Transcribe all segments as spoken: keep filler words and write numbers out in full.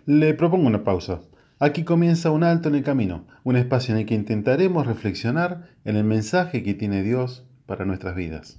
Le propongo una pausa. Aquí comienza un alto en el camino, un espacio en el que intentaremos reflexionar en el mensaje que tiene Dios para nuestras vidas.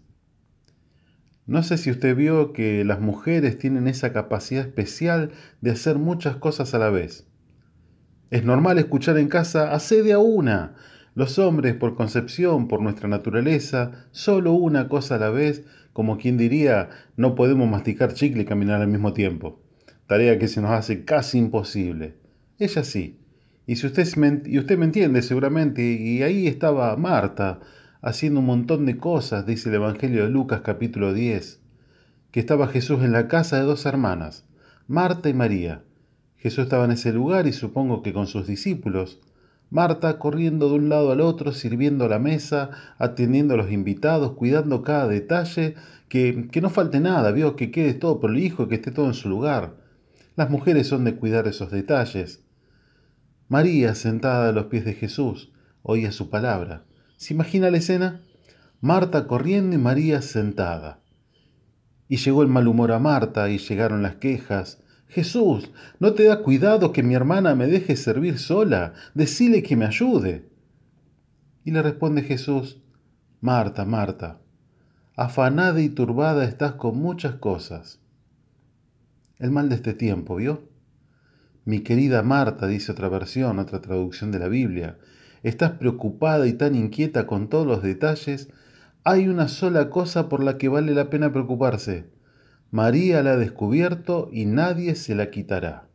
No sé si usted vio que las mujeres tienen esa capacidad especial de hacer muchas cosas a la vez. Es normal escuchar en casa, hacé de a una. Los hombres, por concepción, por nuestra naturaleza, solo una cosa a la vez, como quien diría, no podemos masticar chicle y caminar al mismo tiempo. Tarea que se nos hace casi imposible. Ella sí. Y si usted me, y usted me entiende seguramente, y ahí estaba Marta, haciendo un montón de cosas, dice el Evangelio de Lucas capítulo diez, que estaba Jesús en la casa de dos hermanas, Marta y María. Jesús estaba en ese lugar y supongo que con sus discípulos. Marta corriendo de un lado al otro, sirviendo a la mesa, atendiendo a los invitados, cuidando cada detalle, que, que no falte nada, vio, que quede todo prolijo, que esté todo en su lugar. Las mujeres son de cuidar esos detalles. María, sentada a los pies de Jesús, oía su palabra. ¿Se imagina la escena? Marta corriendo y María sentada. Y llegó el mal humor a Marta y llegaron las quejas. Jesús, ¿no te da cuidado que mi hermana me deje servir sola? Decile que me ayude. Y le responde Jesús, Marta, Marta, afanada y turbada estás con muchas cosas. El mal de este tiempo, ¿vio? Mi querida Marta, dice otra versión, otra traducción de la Biblia, estás preocupada y tan inquieta con todos los detalles. Hay una sola cosa por la que vale la pena preocuparse. María la ha descubierto y nadie se la quitará.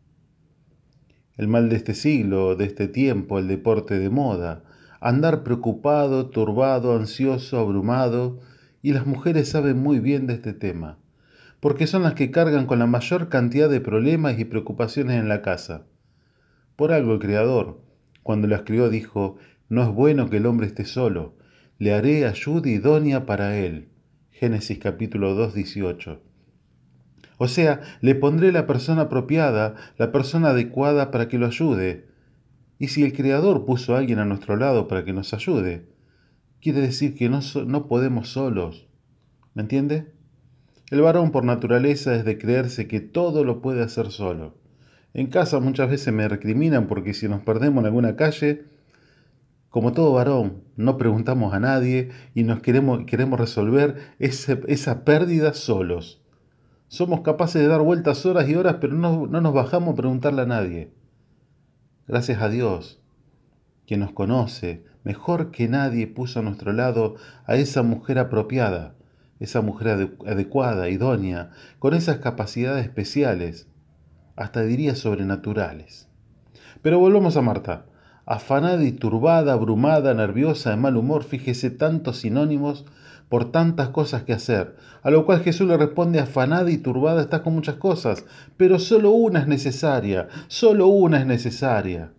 El mal de este siglo, de este tiempo, el deporte de moda, andar preocupado, turbado, ansioso, abrumado, y las mujeres saben muy bien de este tema, porque son las que cargan con la mayor cantidad de problemas y preocupaciones en la casa. Por algo el Creador, cuando las crió, dijo, no es bueno que el hombre esté solo, le haré ayuda idónea para él. Génesis capítulo dos, dieciocho. O sea, le pondré la persona apropiada, la persona adecuada para que lo ayude. Y si el Creador puso a alguien a nuestro lado para que nos ayude, quiere decir que no, so- no podemos solos. ¿Me entiende? El varón por naturaleza es de creerse que todo lo puede hacer solo. En casa muchas veces me recriminan porque si nos perdemos en alguna calle, como todo varón, no preguntamos a nadie y nos queremos, queremos resolver ese- esa pérdida solos. Somos capaces de dar vueltas horas y horas, pero no, no nos bajamos a preguntarle a nadie. Gracias a Dios, que nos conoce, mejor que nadie puso a nuestro lado a esa mujer apropiada, esa mujer ade- adecuada, idónea, con esas capacidades especiales, hasta diría sobrenaturales. Pero volvamos a Marta. Afanada y turbada, abrumada, nerviosa, de mal humor, fíjese tantos sinónimos por tantas cosas que hacer. A lo cual Jesús le responde, afanada y turbada estás con muchas cosas, pero solo una es necesaria, solo una es necesaria.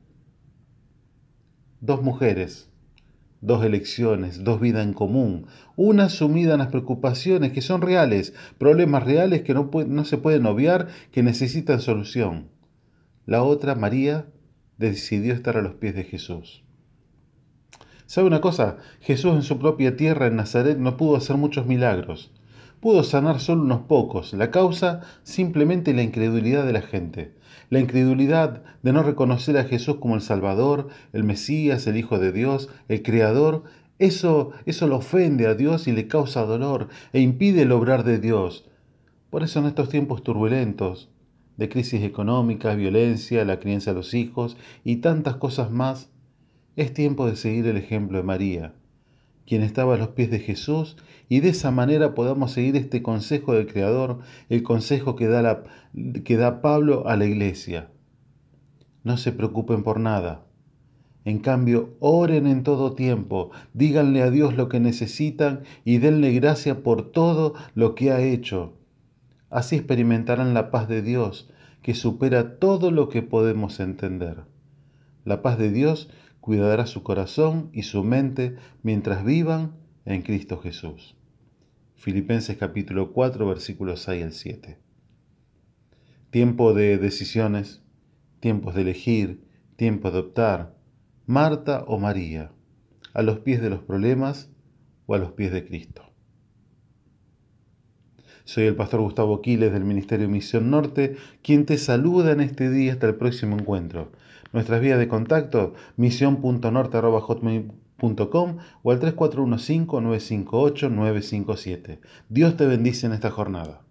Dos mujeres, dos elecciones, dos vidas en común, una sumida en las preocupaciones que son reales, problemas reales que no, no se pueden obviar, que necesitan solución. La otra, María, decidió estar a los pies de Jesús. ¿Sabe una cosa? Jesús en su propia tierra, en Nazaret, no pudo hacer muchos milagros. Pudo sanar solo unos pocos. La causa, simplemente la incredulidad de la gente. La incredulidad de no reconocer a Jesús como el Salvador, el Mesías, el Hijo de Dios, el Creador. Eso, eso lo ofende a Dios y le causa dolor e impide el obrar de Dios. Por eso en estos tiempos turbulentos, de crisis económicas, violencia, la crianza de los hijos y tantas cosas más, es tiempo de seguir el ejemplo de María, quien estaba a los pies de Jesús, y de esa manera podamos seguir este consejo del Creador, el consejo que da, la, que da Pablo a la iglesia. No se preocupen por nada. En cambio, oren en todo tiempo, díganle a Dios lo que necesitan y denle gracia por todo lo que ha hecho. Así experimentarán la paz de Dios, que supera todo lo que podemos entender. La paz de Dios cuidará su corazón y su mente mientras vivan en Cristo Jesús. Filipenses capítulo cuatro, versículos seis al siete. Tiempo de decisiones, tiempos de elegir, tiempo de optar, Marta o María, a los pies de los problemas o a los pies de Cristo. Soy el pastor Gustavo Quiles del Ministerio Misión Norte, quien te saluda en este día hasta el próximo encuentro. Nuestras vías de contacto, misión punto norte arroba hotmail punto com o al tres cuatro uno cinco, nueve cinco ocho, nueve cinco siete. Dios te bendice en esta jornada.